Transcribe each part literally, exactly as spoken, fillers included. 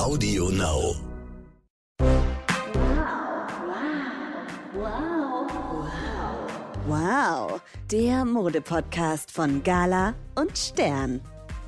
Audio Now. Wow, der Mode-Podcast von Gala und Stern.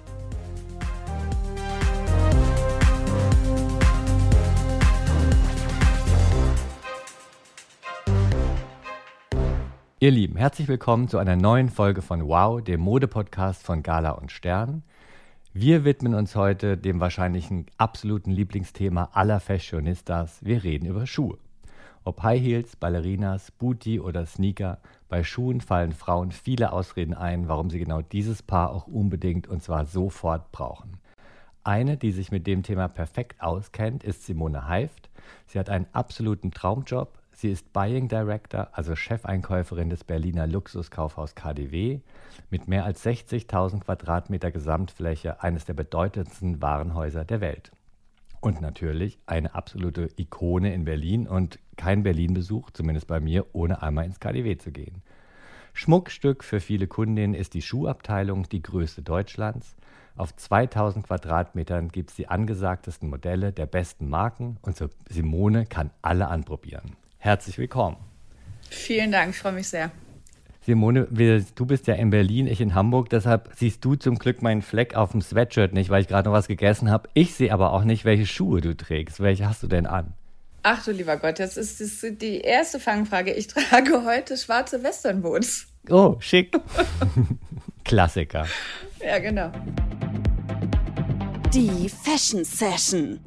Ihr Lieben, herzlich willkommen zu einer neuen Folge von Wow, dem Mode-Podcast von Gala und Stern. Wir widmen uns heute dem wahrscheinlichen absoluten Lieblingsthema aller Fashionistas. Wir reden über Schuhe. Ob High Heels, Ballerinas, Booty oder Sneaker, bei Schuhen fallen Frauen viele Ausreden ein, warum sie genau dieses Paar auch unbedingt und zwar sofort brauchen. Eine, die sich mit dem Thema perfekt auskennt, ist Simone Haift. Sie hat einen absoluten Traumjob. Sie ist Buying Director, also Chefeinkäuferin des Berliner Luxuskaufhaus K D W, mit mehr als sechzigtausend Quadratmeter Gesamtfläche, eines der bedeutendsten Warenhäuser der Welt. Und natürlich eine absolute Ikone in Berlin und kein Berlin-Besuch, zumindest bei mir, ohne einmal ins K D W zu gehen. Schmuckstück für viele Kundinnen ist die Schuhabteilung, die größte Deutschlands. Auf zweitausend Quadratmetern gibt es die angesagtesten Modelle der besten Marken und so Simone kann alle anprobieren. Herzlich willkommen. Vielen Dank, ich freue mich sehr. Simone, wir, du bist ja in Berlin, ich in Hamburg, deshalb siehst du zum Glück meinen Fleck auf dem Sweatshirt nicht, weil ich gerade noch was gegessen habe. Ich sehe aber auch nicht, welche Schuhe du trägst. Welche hast du denn an? Ach du lieber Gott, das ist, das ist die erste Fangfrage. Ich trage heute schwarze Westernboots. Oh, schick. Klassiker. Ja, genau. Die Fashion Session.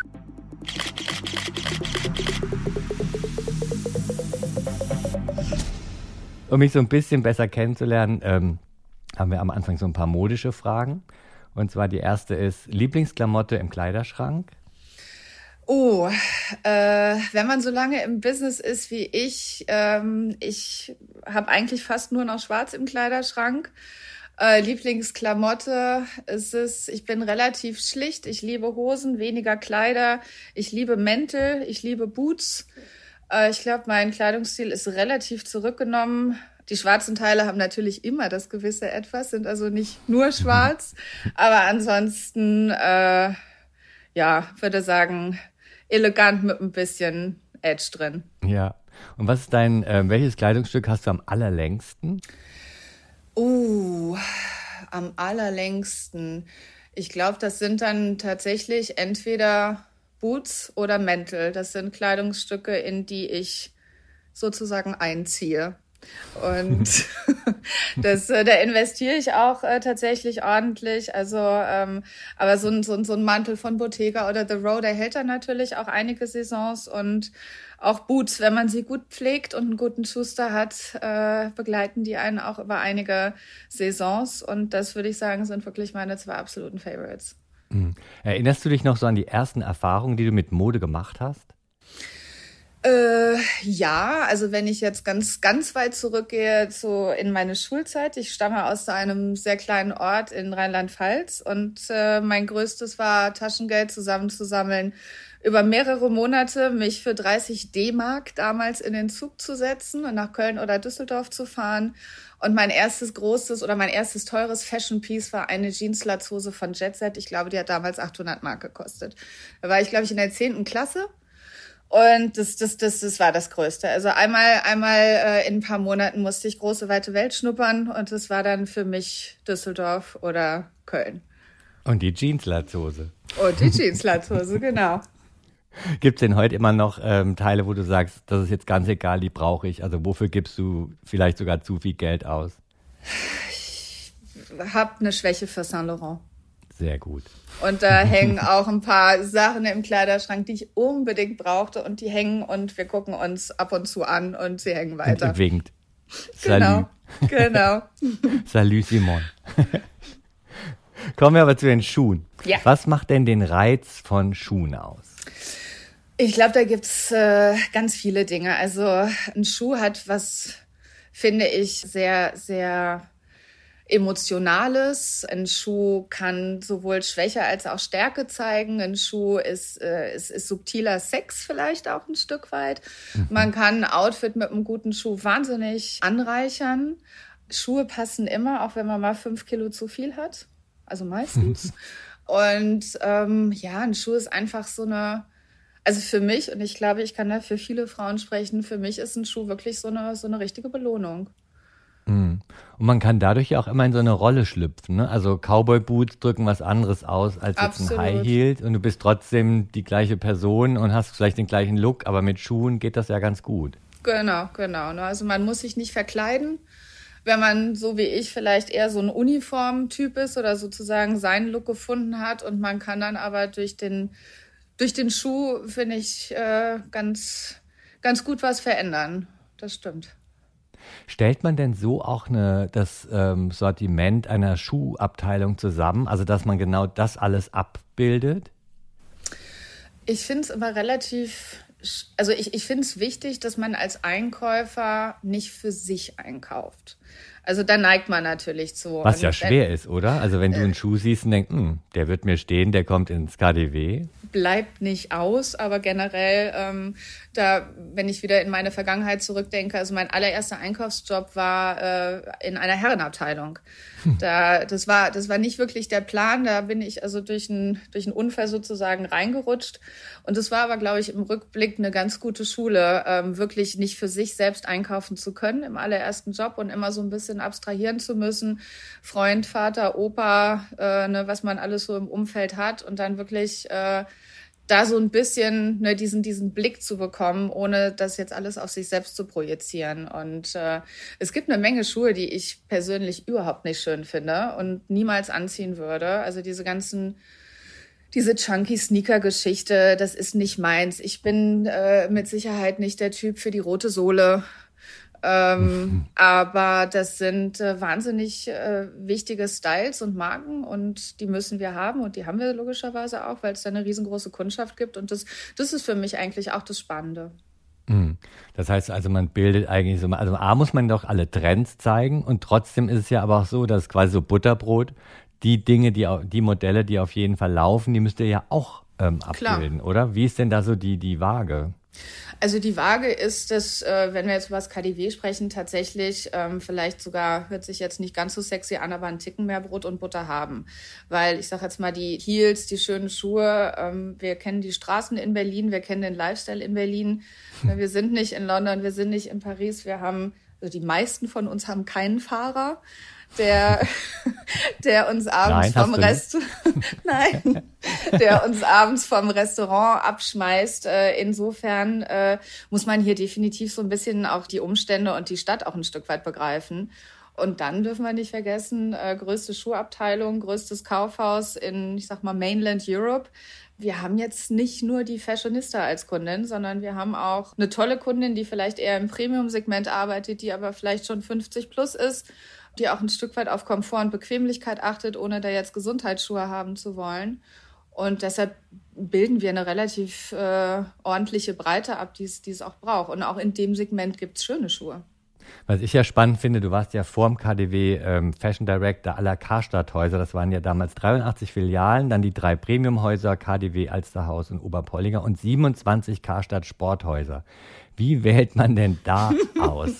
Um mich so ein bisschen besser kennenzulernen, ähm, haben wir am Anfang so ein paar modische Fragen. Und zwar die erste ist, Lieblingsklamotte im Kleiderschrank? Oh, äh, wenn man so lange im Business ist wie ich, ähm, ich habe eigentlich fast nur noch schwarz im Kleiderschrank. Äh, Lieblingsklamotte ist es, ich bin relativ schlicht, ich liebe Hosen, weniger Kleider, ich liebe Mäntel, ich liebe Boots. Ich glaube, mein Kleidungsstil ist relativ zurückgenommen. Die schwarzen Teile haben natürlich immer das gewisse Etwas, sind also nicht nur schwarz. Aber ansonsten, äh, ja, würde sagen, elegant mit ein bisschen Edge drin. Ja. Und was ist dein, äh, welches Kleidungsstück hast du am allerlängsten? Uh, am allerlängsten. Ich glaube, das sind dann tatsächlich entweder Boots oder Mäntel. Das sind Kleidungsstücke, in die ich sozusagen einziehe. Und das, da investiere ich auch äh, tatsächlich ordentlich. Also, ähm, aber so ein, so, ein, so ein Mantel von Bottega oder The Row, der hält dann natürlich auch einige Saisons. Und auch Boots, wenn man sie gut pflegt und einen guten Schuster hat, äh, begleiten die einen auch über einige Saisons. Und das, würde ich sagen, sind wirklich meine zwei absoluten Favorites. Mhm. Erinnerst du dich noch so an die ersten Erfahrungen, die du mit Mode gemacht hast? Äh, ja, also wenn ich jetzt ganz, ganz weit zurückgehe so in meine Schulzeit. Ich stamme aus einem sehr kleinen Ort in Rheinland-Pfalz und äh, mein größtes war, Taschengeld zusammenzusammeln, über mehrere Monate mich für dreißig D-Mark damals in den Zug zu setzen und nach Köln oder Düsseldorf zu fahren. Und mein erstes großes oder mein erstes teures Fashion-Piece war eine Jeans-Latzhose von Jet Set. Ich glaube, die hat damals achthundert Mark gekostet. Da war ich, glaube ich, in der zehnten Klasse. Und das, das, das, das war das Größte. Also einmal, einmal äh, in ein paar Monaten musste ich große, weite Welt schnuppern. Und das war dann für mich Düsseldorf oder Köln. Und die Jeans-Latzhose. Und die Jeans-Latzhose, genau. Gibt es denn heute immer noch ähm, Teile, wo du sagst, das ist jetzt ganz egal, die brauche ich? Also wofür gibst du vielleicht sogar zu viel Geld aus? Ich habe eine Schwäche für Saint Laurent. Sehr gut. Und da hängen auch ein paar Sachen im Kleiderschrank, die ich unbedingt brauchte. Und die hängen und wir gucken uns ab und zu an und sie hängen weiter. Und winkt. Salut. Genau, genau. Salut, Simon. Kommen wir aber zu den Schuhen. Ja. Was macht denn den Reiz von Schuhen aus? Ich glaube, da gibt's äh, ganz viele Dinge. Also ein Schuh hat was, finde ich, sehr, sehr Emotionales. Ein Schuh kann sowohl Schwäche als auch Stärke zeigen. Ein Schuh ist, äh, ist, ist subtiler Sex vielleicht auch ein Stück weit. Mhm. Man kann ein Outfit mit einem guten Schuh wahnsinnig anreichern. Schuhe passen immer, auch wenn man mal fünf Kilo zu viel hat. Also meistens. Und ähm, ja, ein Schuh ist einfach so eine, also für mich, und ich glaube, ich kann da für viele Frauen sprechen, für mich ist ein Schuh wirklich so eine, so eine richtige Belohnung. Mhm. Und man kann dadurch ja auch immer in so eine Rolle schlüpfen, ne? Also Cowboy-Boots drücken was anderes aus als jetzt ein Absolut. High Heel und du bist trotzdem die gleiche Person und hast vielleicht den gleichen Look, aber mit Schuhen geht das ja ganz gut. Genau, genau. ne? Also man muss sich nicht verkleiden. Wenn man, so wie ich, vielleicht eher so ein Uniformtyp ist oder sozusagen seinen Look gefunden hat und man kann dann aber durch den, durch den Schuh, finde ich, äh, ganz, ganz gut was verändern. Das stimmt. Stellt man denn so auch eine, das ähm, Sortiment einer Schuhabteilung zusammen, also dass man genau das alles abbildet? Ich finde es immer relativ, sch- also ich, ich finde es wichtig, dass man als Einkäufer nicht für sich einkauft. Also da neigt man natürlich zu. Was ja Und schwer ist, oder? Also wenn du einen Schuh siehst und denkst, "Hm, der wird mir stehen, der kommt ins K D W." bleibt nicht aus, aber generell, ähm, da, wenn ich wieder in meine Vergangenheit zurückdenke, also mein allererster Einkaufsjob war äh, in einer Herrenabteilung. Da, das war, das war nicht wirklich der Plan. Da bin ich also durch einen durch einen Unfall sozusagen reingerutscht. Und das war aber, glaube ich, im Rückblick eine ganz gute Schule, ähm, wirklich nicht für sich selbst einkaufen zu können im allerersten Job und immer so ein bisschen abstrahieren zu müssen. Freund, Vater, Opa, äh, ne, was man alles so im Umfeld hat und dann wirklich äh, da so ein bisschen ne, diesen diesen Blick zu bekommen, ohne das jetzt alles auf sich selbst zu projizieren. Und äh, es gibt eine Menge Schuhe, die ich persönlich überhaupt nicht schön finde und niemals anziehen würde. Also diese ganzen, diese chunky Sneaker-Geschichte, das ist nicht meins. Ich bin äh, mit Sicherheit nicht der Typ für die rote Sohle. Ähm, aber das sind äh, wahnsinnig äh, wichtige Styles und Marken und die müssen wir haben und die haben wir logischerweise auch, weil es da eine riesengroße Kundschaft gibt und das, das ist für mich eigentlich auch das Spannende. Mhm. Das heißt also, man bildet eigentlich so, also A muss man doch alle Trends zeigen und trotzdem ist es ja aber auch so, dass quasi so Butterbrot, die Dinge, die, au- die Modelle, die auf jeden Fall laufen, die müsst ihr ja auch ähm, Klar. abbilden, oder? Wie ist denn da so die, die Waage? Also die Waage ist, dass, äh, wenn wir jetzt über das K D W sprechen, tatsächlich ähm, vielleicht sogar, hört sich jetzt nicht ganz so sexy an, aber einen Ticken mehr Brot und Butter haben. Weil ich sage jetzt mal, die Heels, die schönen Schuhe, ähm, wir kennen die Straßen in Berlin, wir kennen den Lifestyle in Berlin. Wir sind nicht in London, wir sind nicht in Paris, wir haben, also die meisten von uns haben keinen Fahrer, der, der uns abends Nein, vom hast du Rest, nein, der uns abends vom Restaurant abschmeißt. Äh, insofern äh, muss man hier definitiv so ein bisschen auch die Umstände und die Stadt auch ein Stück weit begreifen. Und dann dürfen wir nicht vergessen, äh, größte Schuhabteilung, größtes Kaufhaus in, ich sag mal, Mainland Europe. Wir haben jetzt nicht nur die Fashionista als Kundin, sondern wir haben auch eine tolle Kundin, die vielleicht eher im Premium-Segment arbeitet, die aber vielleicht schon fünfzig plus ist, die auch ein Stück weit auf Komfort und Bequemlichkeit achtet, ohne da jetzt Gesundheitsschuhe haben zu wollen. Und deshalb bilden wir eine relativ äh, ordentliche Breite ab, die es die es auch braucht. Und auch in dem Segment gibt es schöne Schuhe. Was ich ja spannend finde, du warst ja vorm K D W ähm, Fashion Director aller Karstadt-Häuser. Das waren ja damals dreiundachtzig Filialen, dann die drei Premium-Häuser, K D W, Alsterhaus und Oberpollinger und siebenundzwanzig Karstadt-Sporthäuser. Wie wählt man denn da aus?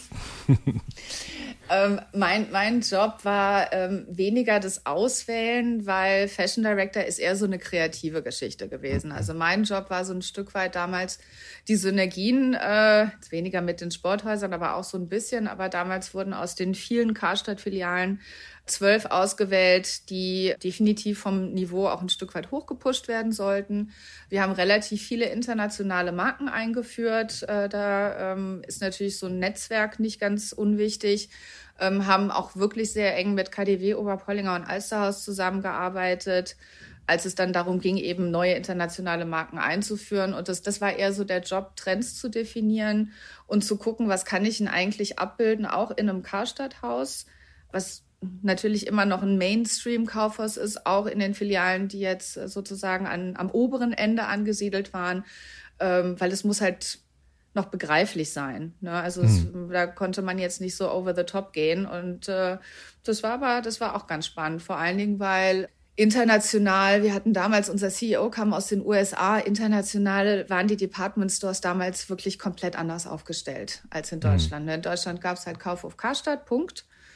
Ähm, mein, mein Job war ähm, weniger das Auswählen, weil Fashion Director ist eher so eine kreative Geschichte gewesen. Also mein Job war so ein Stück weit damals die Synergien, äh, weniger mit den Sporthäusern, aber auch so ein bisschen. Aber damals wurden aus den vielen Karstadt-Filialen zwölf ausgewählt, die definitiv vom Niveau auch ein Stück weit hochgepusht werden sollten. Wir haben relativ viele internationale Marken eingeführt. Äh, da ähm, ist natürlich so ein Netzwerk nicht ganz unwichtig. Ähm, haben auch wirklich sehr eng mit K D W, Oberpollinger und Alsterhaus zusammengearbeitet, als es dann darum ging, eben neue internationale Marken einzuführen. Und das, das war eher so der Job, Trends zu definieren und zu gucken, was kann ich denn eigentlich abbilden, auch in einem Karstadt-Haus, was natürlich immer noch ein Mainstream-Kaufhaus ist, auch in den Filialen, die jetzt sozusagen an, am oberen Ende angesiedelt waren, ähm, weil es muss halt noch begreiflich sein. Ne? Also es, da konnte man jetzt nicht so over the top gehen. Und äh, das war aber, das war auch ganz spannend, vor allen Dingen, weil international, wir hatten damals, unser C E O kam aus den U S A, international waren die Department Stores damals wirklich komplett anders aufgestellt als in Deutschland. Mhm. In Deutschland gab es halt Kaufhof Karstadt, Punkt.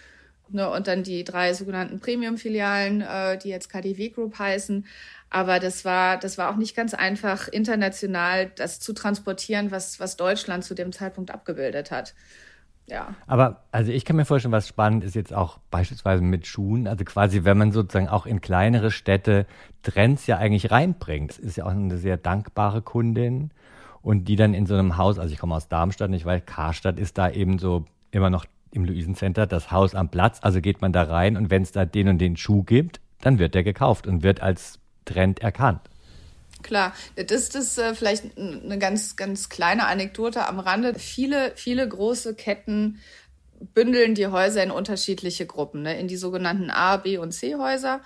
Ne, und dann die drei sogenannten Premium-Filialen, äh, die jetzt K D W Group heißen. Aber das war, das war auch nicht ganz einfach, international das zu transportieren, was, was Deutschland zu dem Zeitpunkt abgebildet hat. Ja. Aber also ich kann mir vorstellen, was spannend ist jetzt auch beispielsweise mit Schuhen. Also quasi, wenn man sozusagen auch in kleinere Städte Trends ja eigentlich reinbringt. Das ist ja auch eine sehr dankbare Kundin. Und die dann in so einem Haus, also ich komme aus Darmstadt, nicht, weil Karstadt ist da eben so immer noch im Luisencenter, das Haus am Platz. Also geht man da rein und wenn es da den und den Schuh gibt, dann wird der gekauft und wird als Trend erkannt. Klar, das, das ist äh, vielleicht eine ganz, ganz kleine Anekdote am Rande. Viele, viele große Ketten bündeln die Häuser in unterschiedliche Gruppen, ne? In die sogenannten A, B und C Häuser.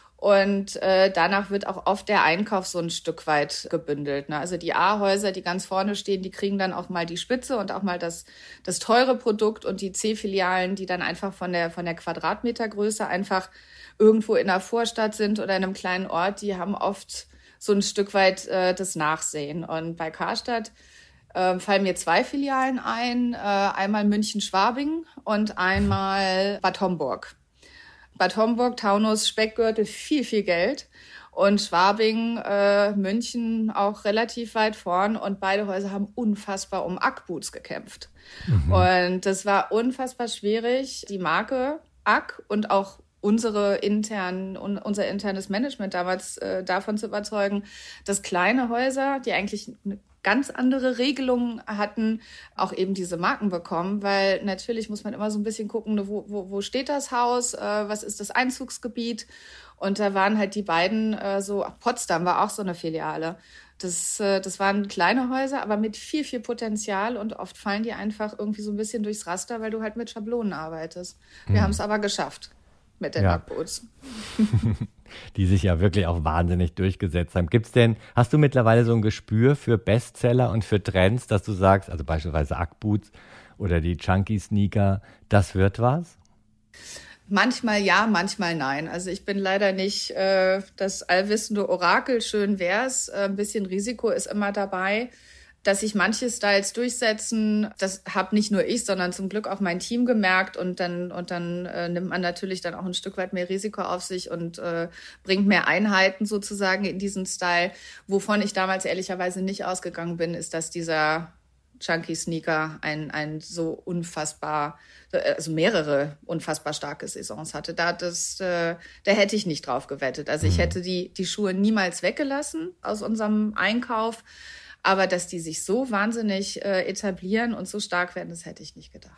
Und äh, danach wird auch oft der Einkauf so ein Stück weit gebündelt. Ne? Also die A-Häuser, die ganz vorne stehen, die kriegen dann auch mal die Spitze und auch mal das, das teure Produkt. Und die C-Filialen, die dann einfach von der, von der Quadratmetergröße einfach irgendwo in einer Vorstadt sind oder in einem kleinen Ort, die haben oft so ein Stück weit äh, das Nachsehen. Und bei Karstadt äh, fallen mir zwei Filialen ein. Äh, einmal München-Schwabing und einmal Bad Homburg. Bad Homburg, Taunus, Speckgürtel, viel, viel Geld. Und Schwabing, äh, München auch relativ weit vorn. Und beide Häuser haben unfassbar um Ack-Boots gekämpft. Mhm. Und das war unfassbar schwierig, die Marke Ack und auch unsere internen, unser internes Management damals äh, davon zu überzeugen, dass kleine Häuser, die eigentlich eine ganz andere Regelungen hatten, auch eben diese Marken bekommen, weil natürlich muss man immer so ein bisschen gucken, wo, wo, wo steht das Haus, äh, was ist das Einzugsgebiet, und da waren halt die beiden äh, so, Potsdam war auch so eine Filiale. Das, äh, das waren kleine Häuser, aber mit viel, viel Potenzial, und oft fallen die einfach irgendwie so ein bisschen durchs Raster, weil du halt mit Schablonen arbeitest. Wir mhm. haben es aber geschafft mit den Ack-Boots. Die sich ja wirklich auch wahnsinnig durchgesetzt haben. Gibt's denn, hast du mittlerweile so ein Gespür für Bestseller und für Trends, dass du sagst, also beispielsweise Ack-Boots oder die Chunky-Sneaker, das wird was? Manchmal ja, manchmal nein. Also ich bin leider nicht äh, das allwissende Orakel, schön wär's. Äh, ein bisschen Risiko ist immer dabei, dass sich manche Styles durchsetzen. Das habe nicht nur ich, sondern zum Glück auch mein Team gemerkt. Und dann, und dann äh, nimmt man natürlich dann auch ein Stück weit mehr Risiko auf sich und äh, bringt mehr Einheiten sozusagen in diesen Style. Wovon ich damals ehrlicherweise nicht ausgegangen bin, ist, dass dieser Chunky Sneaker ein, ein so unfassbar, also mehrere unfassbar starke Saisons hatte. Da, das, äh, da hätte ich nicht drauf gewettet. Also ich hätte die, die Schuhe niemals weggelassen aus unserem Einkauf. Aber dass die sich so wahnsinnig äh, etablieren und so stark werden, das hätte ich nicht gedacht.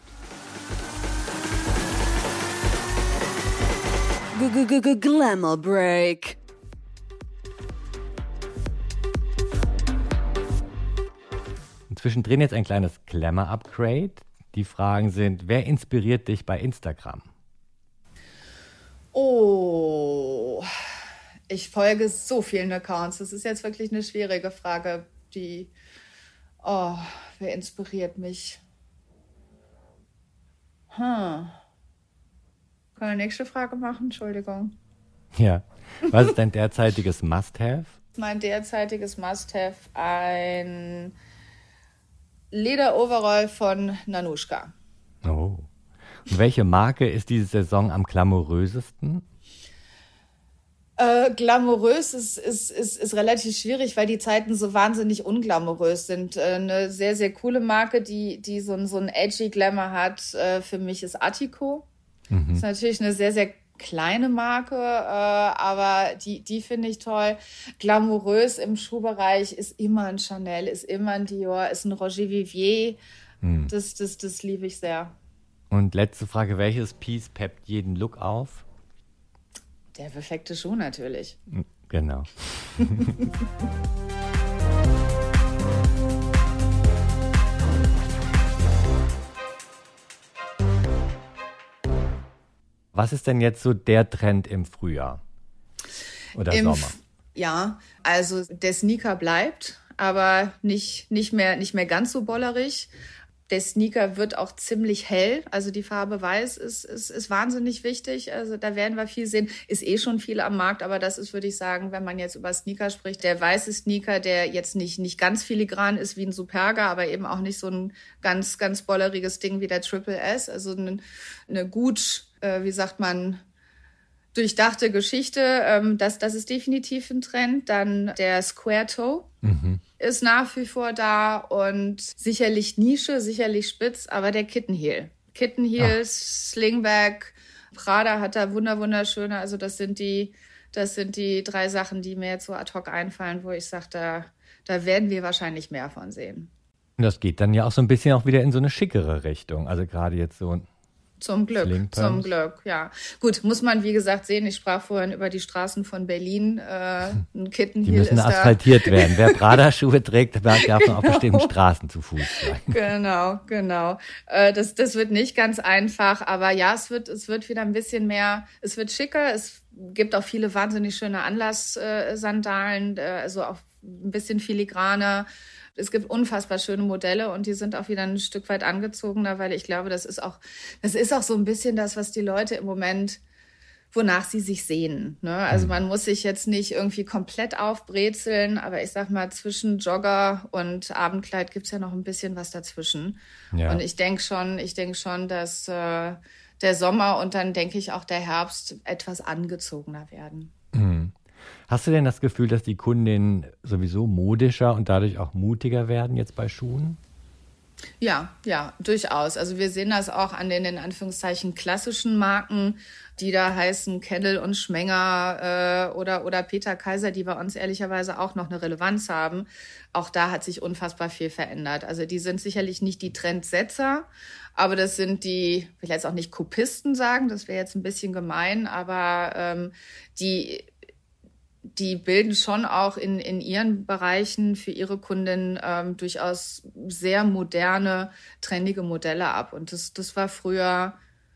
Glamour Break. Zwischendrin jetzt ein kleines Glamour-Upgrade. Die Fragen sind, wer inspiriert dich bei Instagram? Oh, ich folge so vielen Accounts. Das ist jetzt wirklich eine schwierige Frage. Die, oh, wer inspiriert mich? Hm. Können wir nächste Frage machen? Entschuldigung. Ja. Was ist dein derzeitiges Must-Have? Mein derzeitiges Must-Have, ein Leder-Overall von Nanuschka. Oh. Und welche Marke ist diese Saison am glamourösesten? Äh, glamourös ist, ist, ist, ist relativ schwierig, weil die Zeiten so wahnsinnig unglamourös sind. Äh, eine sehr, sehr coole Marke, die, die so, ein, so ein edgy Glamour hat, äh, für mich ist Attico. Mhm. Ist natürlich eine sehr, sehr kleine Marke, äh, aber die, die finde ich toll. Glamourös im Schuhbereich ist immer ein Chanel, ist immer ein Dior, ist ein Roger Vivier. Mhm. Das, das, das liebe ich sehr. Und letzte Frage, welches Piece peppt jeden Look auf? Der perfekte Schuh natürlich. Genau. Was ist denn jetzt so der Trend im Frühjahr oder Im Sommer? F- ja, also der Sneaker bleibt, aber nicht, nicht mehr, nicht mehr ganz so bollerig. Der Sneaker wird auch ziemlich hell, also die Farbe weiß ist, ist, ist wahnsinnig wichtig, also da werden wir viel sehen, ist eh schon viel am Markt, aber das ist, würde ich sagen, wenn man jetzt über Sneaker spricht, der weiße Sneaker, der jetzt nicht, nicht ganz filigran ist wie ein Superga, aber eben auch nicht so ein ganz, ganz bolleriges Ding wie der Triple S, also eine, eine gut äh, wie sagt man, durchdachte Geschichte. Ähm, das, das ist definitiv ein Trend. Dann der Square Toe mhm. ist nach wie vor da und sicherlich Nische, sicherlich spitz, aber der Kitten Heel. Kitten Heel, Slingback, Prada hat da wunder wunderschöne. Also das sind die, das sind die drei Sachen, die mir jetzt so ad hoc einfallen, wo ich sage, da, da werden wir wahrscheinlich mehr von sehen. Und das geht dann ja auch so ein bisschen auch wieder in so eine schickere Richtung. Also gerade jetzt so Zum Glück, zum Glück, ja. Gut, muss man wie gesagt sehen. Ich sprach vorhin über die Straßen von Berlin. Äh, ein Kitten Heel ist da. Die müssen asphaltiert werden. Wer Prada-Schuhe trägt, darf man auf bestimmten Straßen zu Fuß sein. Genau, genau. Äh, das, das wird nicht ganz einfach, aber ja, es wird, es wird wieder ein bisschen mehr, es wird schicker. Es gibt auch viele wahnsinnig schöne Anlass-Sandalen, äh, also auch ein bisschen filigraner. Es gibt unfassbar schöne Modelle und die sind auch wieder ein Stück weit angezogener, weil ich glaube, das ist auch, das ist auch so ein bisschen das, was die Leute im Moment, wonach sie sich sehnen. Ne? Also man muss sich jetzt nicht irgendwie komplett aufbrezeln, aber ich sag mal, zwischen Jogger und Abendkleid gibt's ja noch ein bisschen was dazwischen. Ja. Und ich denke schon, ich denke schon, dass äh, der Sommer und dann denke ich auch der Herbst etwas angezogener werden. Mhm. Hast du denn das Gefühl, dass die Kundinnen sowieso modischer und dadurch auch mutiger werden jetzt bei Schuhen? Ja, ja, durchaus. Also wir sehen das auch an den in Anführungszeichen klassischen Marken, die da heißen Kendall und Schmenger äh, oder, oder Peter Kaiser, die bei uns ehrlicherweise auch noch eine Relevanz haben. Auch da hat sich unfassbar viel verändert. Also die sind sicherlich nicht die Trendsetzer, aber das sind die, ich will jetzt auch nicht Kopisten sagen, das wäre jetzt ein bisschen gemein, aber ähm, die die bilden schon auch in, in ihren Bereichen für ihre Kunden ähm, durchaus sehr moderne, trendige Modelle ab. Und das, das war früher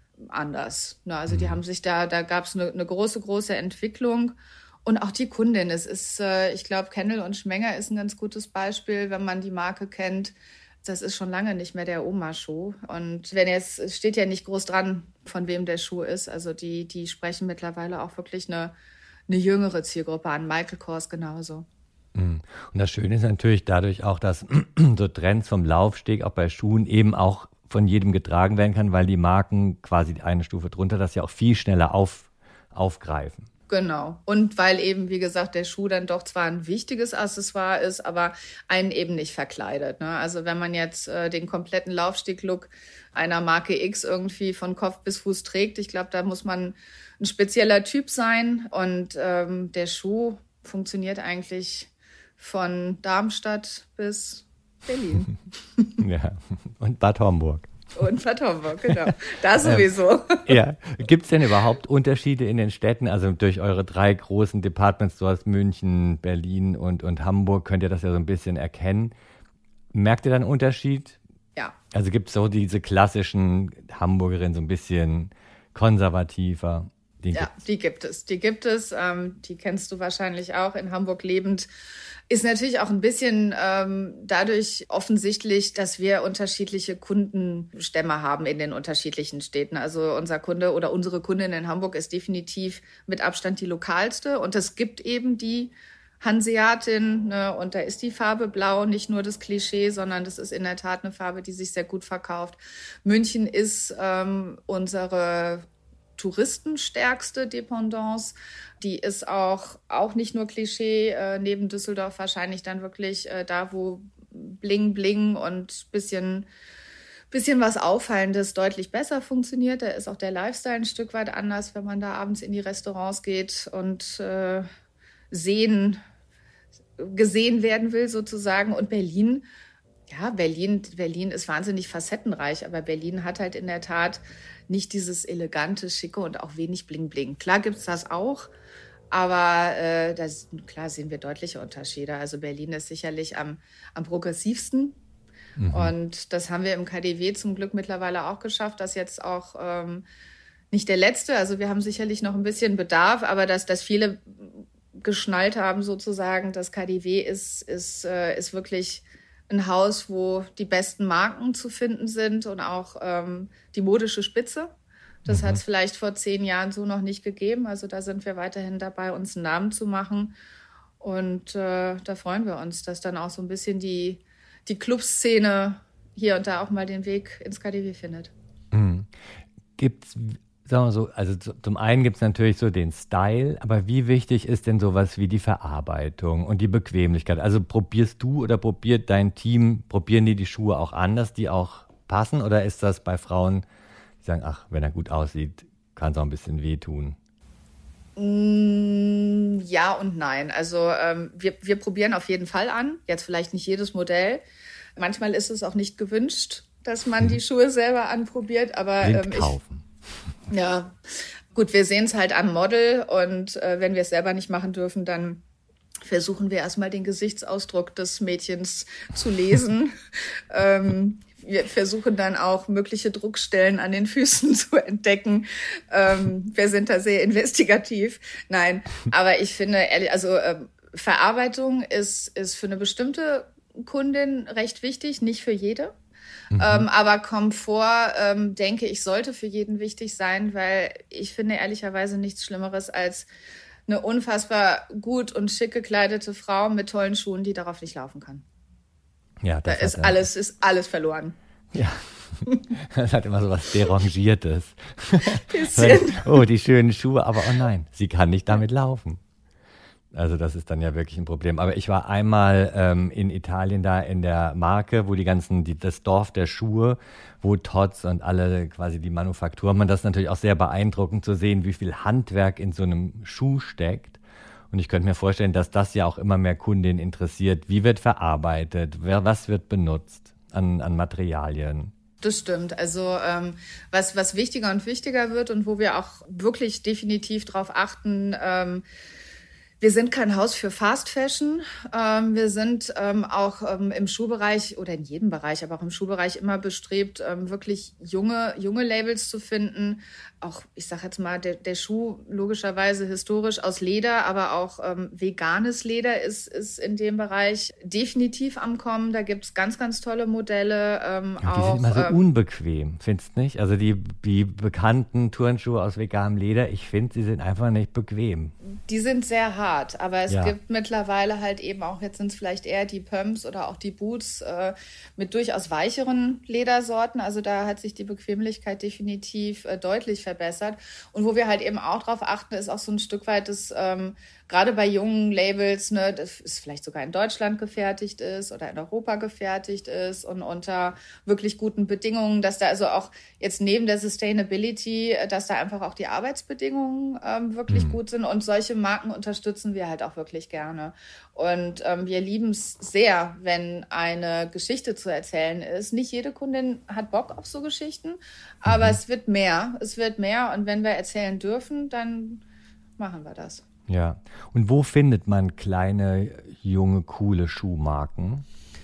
anders. Ne? Also die haben sich da, da gab es eine, eine große, große Entwicklung. Und auch die Kundin, es ist, äh, ich glaube, Kendall und Schmenger ist ein ganz gutes Beispiel, wenn man die Marke kennt. Das ist schon lange nicht mehr der Oma-Schuh. Und wenn jetzt, es steht ja nicht groß dran, von wem der Schuh ist. Also die, die sprechen mittlerweile auch wirklich eine eine jüngere Zielgruppe an. Michael Kors genauso. Und das Schöne ist natürlich dadurch auch, dass so Trends vom Laufsteg auch bei Schuhen eben auch von jedem getragen werden kann, weil die Marken quasi eine Stufe drunter das ja auch viel schneller auf, aufgreifen. Genau. Und weil eben, wie gesagt, der Schuh dann doch zwar ein wichtiges Accessoire ist, aber einen eben nicht verkleidet. Ne? Also wenn man jetzt äh, den kompletten Laufsteg-Look einer Marke X irgendwie von Kopf bis Fuß trägt, ich glaube, da muss man ein spezieller Typ sein. Und ähm, der Schuh funktioniert eigentlich von Darmstadt bis Berlin. Ja, und Bad Homburg. Und Bad Homburg, genau. Da sowieso. Ähm, ja. Gibt es denn überhaupt Unterschiede in den Städten? Also durch eure drei großen Department Stores, München, Berlin und, und Hamburg, könnt ihr das ja so ein bisschen erkennen. Merkt ihr da einen Unterschied? Ja. Also gibt es so diese klassischen Hamburgerinnen, so ein bisschen konservativer? Die ja, gibt's. die gibt es. Die gibt es. Ähm, die kennst du wahrscheinlich auch. In Hamburg lebend ist natürlich auch ein bisschen ähm, dadurch offensichtlich, dass wir unterschiedliche Kundenstämme haben in den unterschiedlichen Städten. Also unser Kunde oder unsere Kundin in Hamburg ist definitiv mit Abstand die lokalste. Und es gibt eben die Hanseatin, ne? Und da ist die Farbe blau nicht nur das Klischee, sondern das ist in der Tat eine Farbe, die sich sehr gut verkauft. München ist ähm, unsere touristenstärkste Dependance. Die ist auch, auch nicht nur Klischee, äh, neben Düsseldorf wahrscheinlich dann wirklich äh, da, wo Bling Bling und bisschen, bisschen was Auffallendes deutlich besser funktioniert. Da ist auch der Lifestyle ein Stück weit anders, wenn man da abends in die Restaurants geht und äh, sehen, gesehen werden will sozusagen. Und Berlin, ja, Berlin, Berlin ist wahnsinnig facettenreich, aber Berlin hat halt in der Tat nicht dieses elegante, schicke und auch wenig Bling-Bling. Klar gibt's das auch, aber äh, das, klar sehen wir deutliche Unterschiede. Also Berlin ist sicherlich am, am progressivsten. Mhm. Und das haben wir im K D W zum Glück mittlerweile auch geschafft, dass jetzt auch ähm, nicht der letzte, also wir haben sicherlich noch ein bisschen Bedarf, aber dass, dass viele geschnallt haben sozusagen, das K D W ist, ist, äh, ist wirklich ein Haus, wo die besten Marken zu finden sind und auch ähm, die modische Spitze. Das mhm. hat es vielleicht vor zehn Jahren so noch nicht gegeben. Also da sind wir weiterhin dabei, uns einen Namen zu machen. Und äh, da freuen wir uns, dass dann auch so ein bisschen die, die Clubszene hier und da auch mal den Weg ins K D W findet. Mhm. Gibt's sagen wir so, also zum einen gibt es natürlich so den Style, aber wie wichtig ist denn sowas wie die Verarbeitung und die Bequemlichkeit? Also probierst du oder probiert dein Team, probieren die die Schuhe auch an, dass die auch passen? Oder ist das bei Frauen, die sagen, ach, wenn er gut aussieht, kann es auch ein bisschen wehtun? Ja und nein. Also ähm, wir, wir probieren auf jeden Fall an. Jetzt vielleicht nicht jedes Modell. Manchmal ist es auch nicht gewünscht, dass man die Schuhe selber anprobiert. Aber ähm, kaufen. Ich, ja, gut, wir sehen es halt am Model. Und äh, wenn wir es selber nicht machen dürfen, dann versuchen wir erstmal den Gesichtsausdruck des Mädchens zu lesen. ähm, Wir versuchen dann auch mögliche Druckstellen an den Füßen zu entdecken. Ähm, wir sind da sehr investigativ. Nein, aber ich finde, ehrlich, also ähm, Verarbeitung ist, ist für eine bestimmte Kundin recht wichtig, nicht für jede. Mhm. Ähm, aber Komfort, ähm, denke ich, sollte für jeden wichtig sein, weil ich finde ehrlicherweise nichts Schlimmeres als eine unfassbar gut und schick gekleidete Frau mit tollen Schuhen, die darauf nicht laufen kann. Ja, das da ist alles, ist alles verloren. Ja, das hat immer so was Derangiertes. Bisschen. Oh, die schönen Schuhe, aber oh nein, sie kann nicht damit laufen. Also das ist dann ja wirklich ein Problem. Aber ich war einmal ähm, in Italien da in der Marke, wo die ganzen, die, das Dorf der Schuhe, wo Tod's und alle quasi die Manufaktur, man das ist natürlich auch sehr beeindruckend zu sehen, wie viel Handwerk in so einem Schuh steckt. Und ich könnte mir vorstellen, dass das ja auch immer mehr Kundinnen interessiert. Wie wird verarbeitet? Wer, was wird benutzt an, an Materialien? Das stimmt. Also ähm, was, was wichtiger und wichtiger wird und wo wir auch wirklich definitiv drauf achten, ähm, wir sind kein Haus für Fast Fashion. Ähm, wir sind ähm, auch ähm, im Schuhbereich oder in jedem Bereich, aber auch im Schuhbereich immer bestrebt, ähm, wirklich junge, junge Labels zu finden. Auch, ich sage jetzt mal, der, der Schuh logischerweise historisch aus Leder, aber auch ähm, veganes Leder ist, ist in dem Bereich definitiv am Kommen. Da gibt's ganz, ganz tolle Modelle. Ähm, ja, die auch, sind immer so ähm, unbequem, findest du nicht? Also die, die bekannten Turnschuhe aus veganem Leder, ich finde, sie sind einfach nicht bequem. Die sind sehr hart, aber es ja. gibt mittlerweile halt eben auch, jetzt sind es vielleicht eher die Pumps oder auch die Boots äh, mit durchaus weicheren Ledersorten. Also da hat sich die Bequemlichkeit definitiv äh, deutlich verbessert. Und wo wir halt eben auch drauf achten, ist auch so ein Stück weit das, ähm, gerade bei jungen Labels, ne, das ist vielleicht sogar in Deutschland gefertigt ist oder in Europa gefertigt ist und unter wirklich guten Bedingungen, dass da also auch jetzt neben der Sustainability, dass da einfach auch die Arbeitsbedingungen ähm, wirklich mhm. gut sind. Und solche Marken unterstützen wir halt auch wirklich gerne. Und ähm, wir lieben es sehr, wenn eine Geschichte zu erzählen ist. Nicht jede Kundin hat Bock auf so Geschichten, aber mhm. es wird mehr. Es wird mehr. Und wenn wir erzählen dürfen, dann machen wir das. Ja. Und wo findet man kleine, junge, coole Schuhmarken?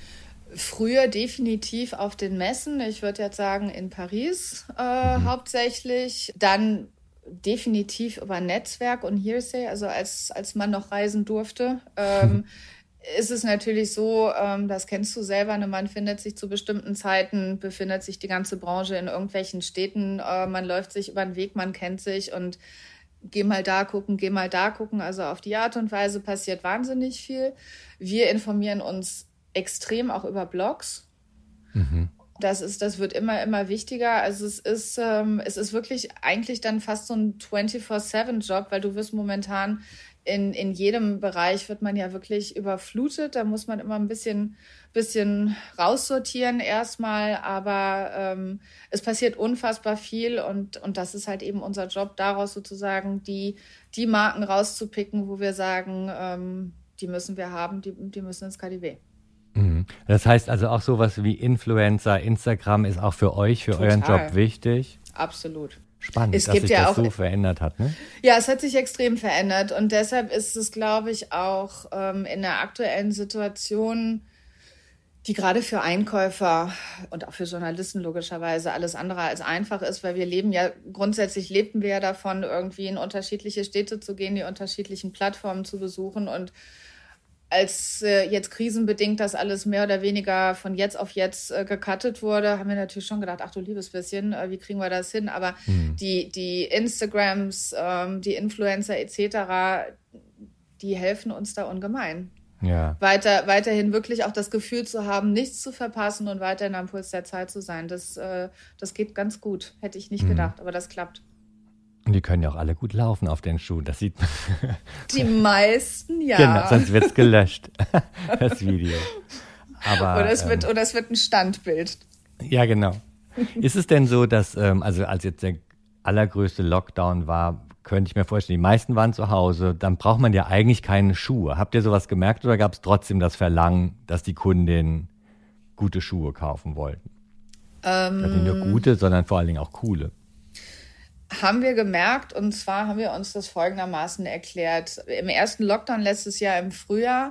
Früher definitiv auf den Messen. Ich würde jetzt sagen in Paris äh, mhm. hauptsächlich. Dann definitiv über Netzwerk und Hearsay, also als, als man noch reisen durfte. Ähm, ist es natürlich so, ähm, das kennst du selber, ne, man findet sich zu bestimmten Zeiten, befindet sich die ganze Branche in irgendwelchen Städten, äh, man läuft sich über den Weg, man kennt sich und geh mal da gucken, geh mal da gucken. Also auf die Art und Weise passiert wahnsinnig viel. Wir informieren uns extrem auch über Blogs. Mhm. Das ist, das wird immer, immer wichtiger. Also es ist, ähm, es ist wirklich eigentlich dann fast so ein vierundzwanzig sieben Job, weil du wirst momentan in, in jedem Bereich wird man ja wirklich überflutet. Da muss man immer ein bisschen, bisschen raussortieren erstmal. Aber ähm, es passiert unfassbar viel und, und das ist halt eben unser Job, daraus sozusagen die, die Marken rauszupicken, wo wir sagen, ähm, die müssen wir haben, die, die müssen ins K D W. Das heißt also auch sowas wie Influencer, Instagram ist auch für euch, für Total. Euren Job wichtig? Absolut. Spannend, es dass gibt sich ja das auch, so verändert hat, ne? Ja, es hat sich extrem verändert und deshalb ist es, glaube ich, auch ähm, in der aktuellen Situation, die gerade für Einkäufer und auch für Journalisten logischerweise alles andere als einfach ist, weil wir leben ja, grundsätzlich lebten wir ja davon, irgendwie in unterschiedliche Städte zu gehen, die unterschiedlichen Plattformen zu besuchen und als äh, jetzt krisenbedingt das alles mehr oder weniger von jetzt auf jetzt äh, gecuttet wurde, haben wir natürlich schon gedacht, ach du liebes bisschen, äh, wie kriegen wir das hin? Aber mhm. die, die Instagrams, ähm, die Influencer et cetera, die helfen uns da ungemein. Ja. Weiter, weiterhin wirklich auch das Gefühl zu haben, nichts zu verpassen und weiterhin am Puls der Zeit zu sein. Das, äh, das geht ganz gut, hätte ich nicht mhm. gedacht, aber das klappt. Und die können ja auch alle gut laufen auf den Schuhen, das sieht man. Die meisten, ja. Genau, sonst wird es gelöscht, das Video. Aber, oder, es wird, ähm, oder es wird ein Standbild. Ja, genau. Ist es denn so, dass, ähm, also als jetzt der allergrößte Lockdown war, könnte ich mir vorstellen, die meisten waren zu Hause, dann braucht man ja eigentlich keine Schuhe. Habt ihr sowas gemerkt oder gab es trotzdem das Verlangen, dass die Kundinnen gute Schuhe kaufen wollten? Ähm, Also nicht nur gute, sondern vor allen Dingen auch coole. Haben wir gemerkt, und zwar haben wir uns das folgendermaßen erklärt. Im ersten Lockdown letztes Jahr im Frühjahr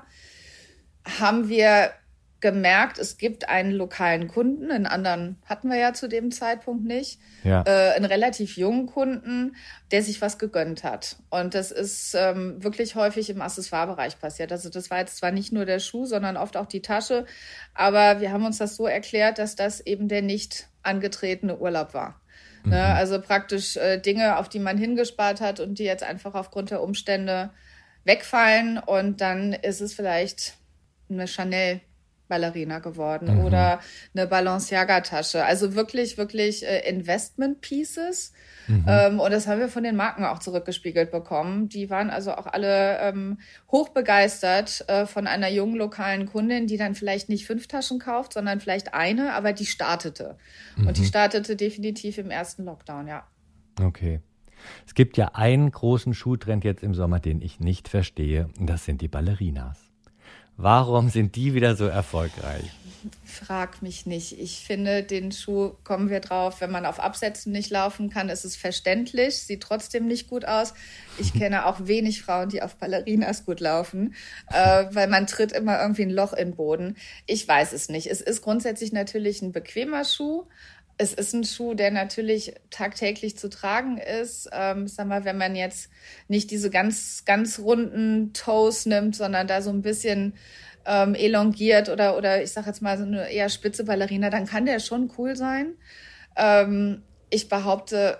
haben wir gemerkt, es gibt einen lokalen Kunden, einen anderen hatten wir ja zu dem Zeitpunkt nicht, Ja. äh, einen relativ jungen Kunden, der sich was gegönnt hat. Und das ist ähm, wirklich häufig im Accessoire-Bereich passiert. Also das war jetzt zwar nicht nur der Schuh, sondern oft auch die Tasche, aber wir haben uns das so erklärt, dass das eben der nicht angetretene Urlaub war. Mhm. Ne? Also praktisch äh, Dinge, auf die man hingespart hat und die jetzt einfach aufgrund der Umstände wegfallen und dann ist es vielleicht eine Chanel Ballerina geworden mhm. oder eine Balenciaga-Tasche. Also wirklich, wirklich äh, Investment-Pieces. Mhm. Ähm, und das haben wir von den Marken auch zurückgespiegelt bekommen. Die waren also auch alle ähm, hochbegeistert äh, von einer jungen lokalen Kundin, die dann vielleicht nicht fünf Taschen kauft, sondern vielleicht eine, aber die startete. Mhm. Und die startete definitiv im ersten Lockdown, ja. Okay. Es gibt ja einen großen Schuhtrend jetzt im Sommer, den ich nicht verstehe, und das sind die Ballerinas. Warum sind die wieder so erfolgreich? Frag mich nicht. Ich finde, den Schuh, kommen wir drauf, wenn man auf Absätzen nicht laufen kann, ist es verständlich, sieht trotzdem nicht gut aus. Ich kenne auch wenig Frauen, die auf Ballerinas gut laufen, äh, weil man tritt immer irgendwie ein Loch in den Boden. Ich weiß es nicht. Es ist grundsätzlich natürlich ein bequemer Schuh. Es ist ein Schuh, der natürlich tagtäglich zu tragen ist. Ähm, sag mal, wenn man jetzt nicht diese ganz, ganz runden Toes nimmt, sondern da so ein bisschen ähm, elongiert oder, oder ich sag jetzt mal so eine eher spitze Ballerina, dann kann der schon cool sein. Ähm, ich behaupte,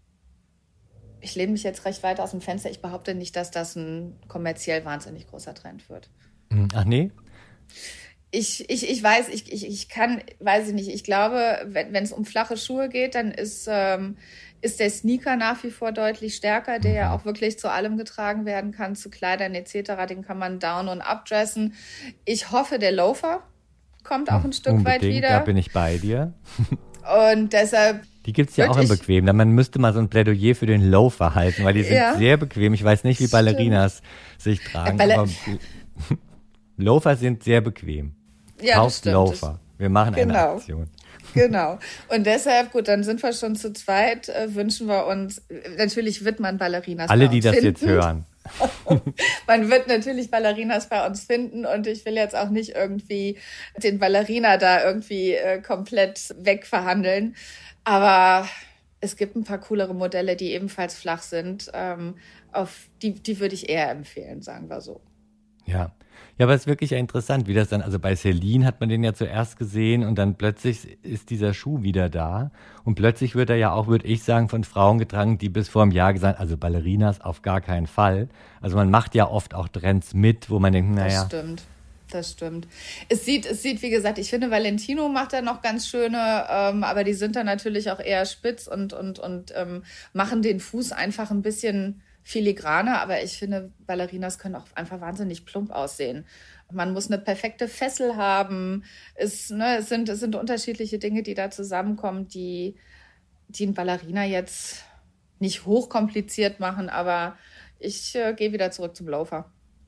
ich lehne mich jetzt recht weit aus dem Fenster, ich behaupte nicht, dass das ein kommerziell wahnsinnig großer Trend wird. Ach nee? Ich, ich, ich weiß, ich, ich, ich kann, weiß ich nicht, ich glaube, wenn es um flache Schuhe geht, dann ist, ähm, ist der Sneaker nach wie vor deutlich stärker, der ja auch wirklich zu allem getragen werden kann, zu Kleidern et cetera. Den kann man down- und updressen. Ich hoffe, der Loafer kommt auch ein Stück Unbedingt, weit wieder. Da bin ich bei dir. Und deshalb... Die gibt es ja auch in bequem. Man müsste mal so ein Plädoyer für den Loafer halten, weil die sind ja sehr bequem. Ich weiß nicht, wie Ballerinas sich tragen, Baller- aber Loafer sind sehr bequem. Ja, Kauf das stimmt. Loafer. Wir machen Genau. eine Aktion. Genau. Und deshalb, gut, dann sind wir schon zu zweit, äh, wünschen wir uns, natürlich wird man Ballerinas Alle, bei die uns das finden. jetzt hören. Man wird natürlich Ballerinas bei uns finden und ich will jetzt auch nicht irgendwie den Ballerina da irgendwie äh, komplett wegverhandeln. Aber es gibt ein paar coolere Modelle, die ebenfalls flach sind. Ähm, auf die, die würde ich eher empfehlen, sagen wir so. Ja. Ja, aber es ist wirklich interessant, wie das dann, also bei Celine hat man den ja zuerst gesehen und dann plötzlich ist dieser Schuh wieder da und plötzlich wird er ja auch, würde ich sagen, von Frauen getragen, die bis vor einem Jahr gesagt, also Ballerinas auf gar keinen Fall. Also man macht ja oft auch Trends mit, wo man denkt, naja. Das stimmt, das stimmt. Es sieht, es sieht, wie gesagt, ich finde, Valentino macht da noch ganz schöne, ähm, aber die sind dann natürlich auch eher spitz und, und, und ähm, machen den Fuß einfach ein bisschen filigraner, aber ich finde, Ballerinas können auch einfach wahnsinnig plump aussehen. Man muss eine perfekte Fessel haben. Es, ne, es, sind, es sind unterschiedliche Dinge, die da zusammenkommen, die, die ein Ballerina jetzt nicht hochkompliziert machen, aber ich äh, gehe wieder zurück zum Loafer.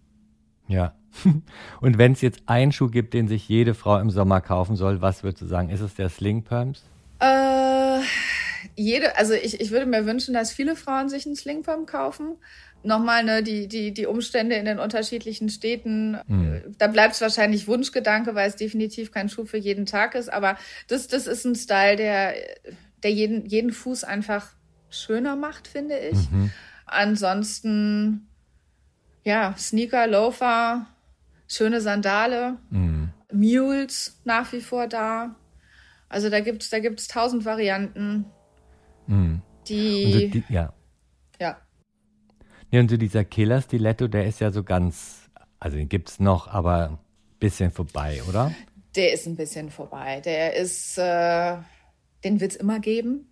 Ja. Und wenn es jetzt einen Schuh gibt, den sich jede Frau im Sommer kaufen soll, was würdest du sagen? Ist es der Sling Pumps? Äh... Jede, also ich, ich würde mir wünschen, dass viele Frauen sich einen Sling Pump kaufen. Nochmal, ne, die, die, die Umstände in den unterschiedlichen Städten, mhm. da bleibt es wahrscheinlich Wunschgedanke, weil es definitiv kein Schuh für jeden Tag ist. Aber das, das ist ein Style, der, der jeden, jeden Fuß einfach schöner macht, finde ich. Mhm. Ansonsten, ja, Sneaker, Loafer, schöne Sandale, mhm. Mules nach wie vor da. Also da gibt's, da gibt's tausend Varianten. Mhm. Die, so die, ja. Ja. Ja, und so dieser Killer-Stiletto, der ist ja so ganz, also den gibt's noch, aber ein bisschen vorbei, oder? Der ist ein bisschen vorbei. Der ist, äh, den wird's immer geben.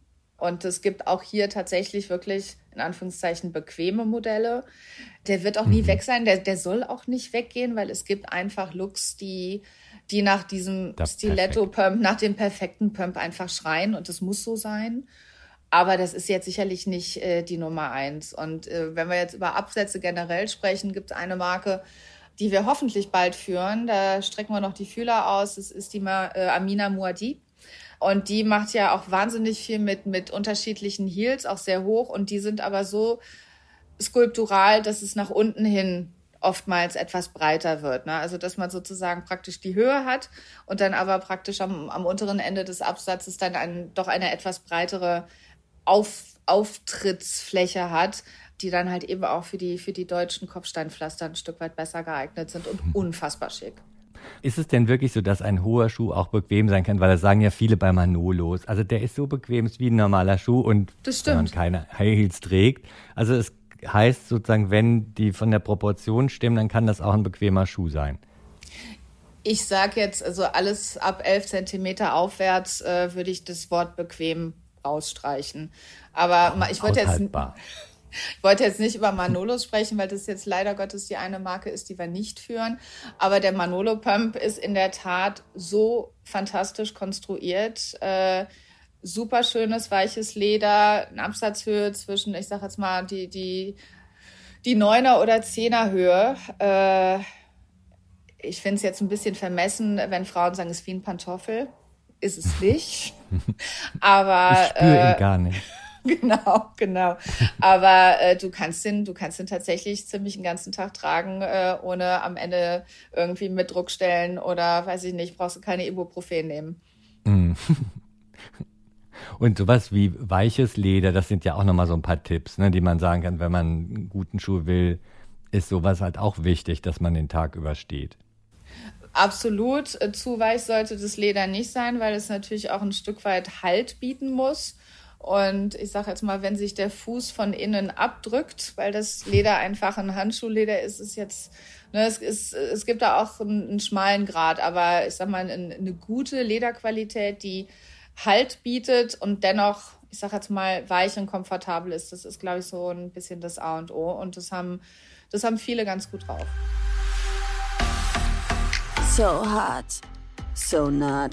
Und es gibt auch hier tatsächlich wirklich, in Anführungszeichen, bequeme Modelle. Der wird auch nie mhm. weg sein, der, der soll auch nicht weggehen, weil es gibt einfach Looks, die, die nach diesem Stiletto-Pump, nach dem perfekten Pump einfach schreien und das muss so sein. Aber das ist jetzt sicherlich nicht äh, die Nummer eins. Und äh, wenn wir jetzt über Absätze generell sprechen, gibt es eine Marke, die wir hoffentlich bald führen. Da strecken wir noch die Fühler aus. Das ist die äh, Amina Muad'Dib. Und die macht ja auch wahnsinnig viel mit, mit unterschiedlichen Heels, auch sehr hoch. Und die sind aber so skulptural, dass es nach unten hin oftmals etwas breiter wird. Ne? Also dass man sozusagen praktisch die Höhe hat und dann aber praktisch am, am unteren Ende des Absatzes dann ein, doch eine etwas breitere Auf, Auftrittsfläche hat, die dann halt eben auch für die, für die deutschen Kopfsteinpflaster ein Stück weit besser geeignet sind und unfassbar schick. Ist es denn wirklich so, dass ein hoher Schuh auch bequem sein kann? Weil das sagen ja viele bei Manolos. Also der ist so bequem wie ein normaler Schuh und wenn man keine High Heels trägt. Also es heißt sozusagen, wenn die von der Proportion stimmen, dann kann das auch ein bequemer Schuh sein. Ich sage jetzt, also alles ab elf Zentimeter aufwärts äh, würde ich das Wort bequem rausstreichen. Aber Ach, ich wollte jetzt, ich wollte jetzt nicht über Manolos sprechen, weil das jetzt leider Gottes die eine Marke ist, die wir nicht führen. Aber der Manolo Pump ist in der Tat so fantastisch konstruiert. Äh, super schönes, weiches Leder, eine Absatzhöhe zwischen, ich sag jetzt mal, die, die, die Neuner- oder Zehner-Höhe. Äh, ich finde es jetzt ein bisschen vermessen, wenn Frauen sagen, es ist wie ein Pantoffel. Ist es nicht. Aber ich spüre äh, ihn gar nicht. Genau, genau. Aber äh, du kannst den, du kannst den tatsächlich ziemlich den ganzen Tag tragen, äh, ohne am Ende irgendwie mit Druckstellen oder weiß ich nicht, brauchst du keine Ibuprofen nehmen. Mm. Und sowas wie weiches Leder, das sind ja auch nochmal so ein paar Tipps, ne, die man sagen kann, wenn man einen guten Schuh will, ist sowas halt auch wichtig, dass man den Tag übersteht. Absolut. Zu weich sollte das Leder nicht sein, weil es natürlich auch ein Stück weit Halt bieten muss. Und ich sage jetzt mal, wenn sich der Fuß von innen abdrückt, weil das Leder einfach ein Handschuhleder ist, ist jetzt, ne, es, ist, es gibt da auch einen, einen schmalen Grad, aber ich sag mal, eine, eine gute Lederqualität, die Halt bietet und dennoch, ich sage jetzt mal, weich und komfortabel ist, das ist, glaube ich, so ein bisschen das A und O. Und das haben, das haben viele ganz gut drauf. So hot, so not.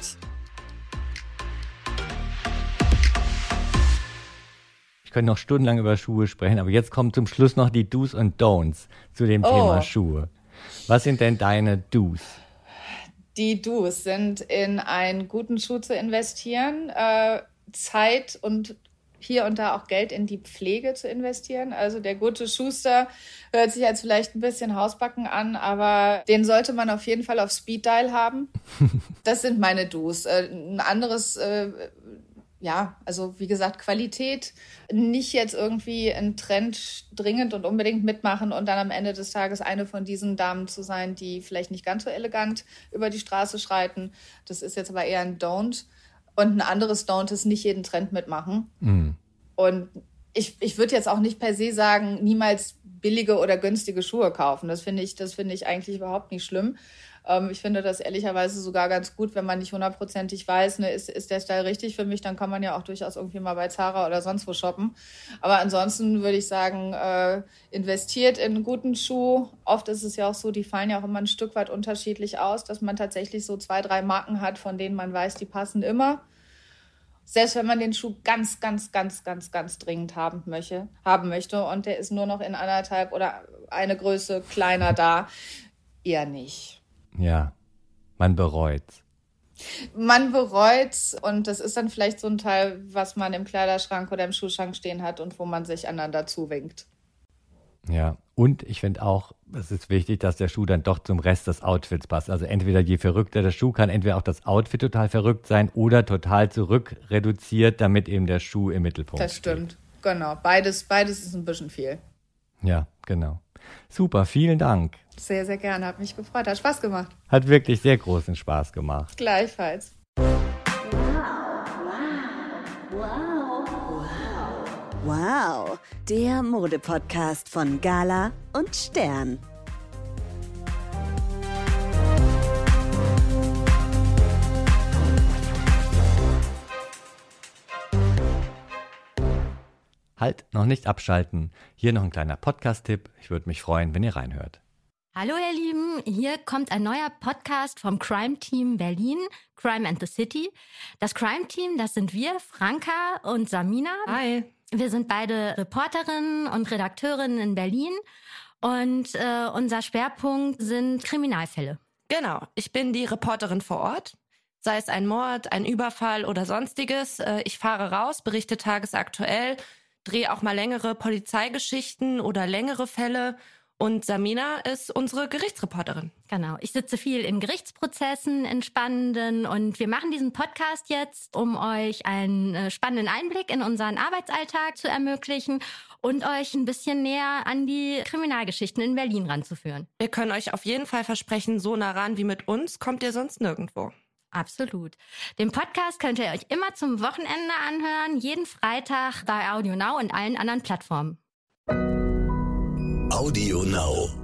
Ich könnte noch stundenlang über Schuhe sprechen, aber jetzt kommen zum Schluss noch die Do's und Don'ts zu dem oh. Thema Schuhe. Was sind denn deine Do's? Die Do's sind, in einen guten Schuh zu investieren, äh, Zeit und hier und da auch Geld in die Pflege zu investieren. Also der gute Schuster hört sich jetzt vielleicht ein bisschen Hausbacken an, aber den sollte man auf jeden Fall auf Speed Dial haben. Das sind meine Do's. Äh, ein anderes, äh, ja, also wie gesagt, Qualität, nicht jetzt irgendwie ein Trend dringend und unbedingt mitmachen und dann am Ende des Tages eine von diesen Damen zu sein, die vielleicht nicht ganz so elegant über die Straße schreiten. Das ist jetzt aber eher ein Don't. Und ein anderes Don't ist nicht jeden Trend mitmachen. Mhm. Und ich, ich würde jetzt auch nicht per se sagen, niemals billige oder günstige Schuhe kaufen. Das finde ich, das finde ich eigentlich überhaupt nicht schlimm. Ähm, ich finde das ehrlicherweise sogar ganz gut, wenn man nicht hundertprozentig weiß, ne, ist, ist der Style richtig für mich, dann kann man ja auch durchaus irgendwie mal bei Zara oder sonst wo shoppen. Aber ansonsten würde ich sagen, äh, investiert in einen guten Schuh. Oft ist es ja auch so, die fallen ja auch immer ein Stück weit unterschiedlich aus, dass man tatsächlich so zwei, drei Marken hat, von denen man weiß, die passen immer. Selbst wenn man den Schuh ganz, ganz, ganz, ganz, ganz dringend haben möchte, haben möchte und der ist nur noch in anderthalb oder eine Größe kleiner da, eher nicht. Ja, man bereut's. Man bereut's und das ist dann vielleicht so ein Teil, was man im Kleiderschrank oder im Schuhschrank stehen hat und wo man sich anderen dazu winkt. Ja, und ich finde auch, es ist wichtig, dass der Schuh dann doch zum Rest des Outfits passt. Also entweder je verrückter der Schuh, kann entweder auch das Outfit total verrückt sein oder total zurückreduziert, damit eben der Schuh im Mittelpunkt steht. Das stimmt, genau. Beides, beides ist ein bisschen viel. Ja, genau. Super, vielen Dank. Sehr, sehr gerne, hat mich gefreut, hat Spaß gemacht. Hat wirklich sehr großen Spaß gemacht. Gleichfalls. Wow, der Mode-Podcast von Gala und Stern. Halt, noch nicht abschalten. Hier noch ein kleiner Podcast-Tipp. Ich würde mich freuen, wenn ihr reinhört. Hallo ihr Lieben, hier kommt ein neuer Podcast vom Crime Team Berlin, Crime and the City. Das Crime Team, das sind wir, Franka und Samina. Hi. Wir sind beide Reporterinnen und Redakteurinnen in Berlin und äh, unser Schwerpunkt sind Kriminalfälle. Genau, ich bin die Reporterin vor Ort. Sei es ein Mord, ein Überfall oder sonstiges. Äh, ich fahre raus, berichte tagesaktuell, drehe auch mal längere Polizeigeschichten oder längere Fälle. Und Samina ist unsere Gerichtsreporterin. Genau, ich sitze viel in Gerichtsprozessen, in spannenden, und wir machen diesen Podcast jetzt, um euch einen äh, spannenden Einblick in unseren Arbeitsalltag zu ermöglichen und euch ein bisschen näher an die Kriminalgeschichten in Berlin ranzuführen. Wir können euch auf jeden Fall versprechen, so nah ran wie mit uns kommt ihr sonst nirgendwo. Absolut. Den Podcast könnt ihr euch immer zum Wochenende anhören, jeden Freitag bei Audio Now und allen anderen Plattformen. Audio Now.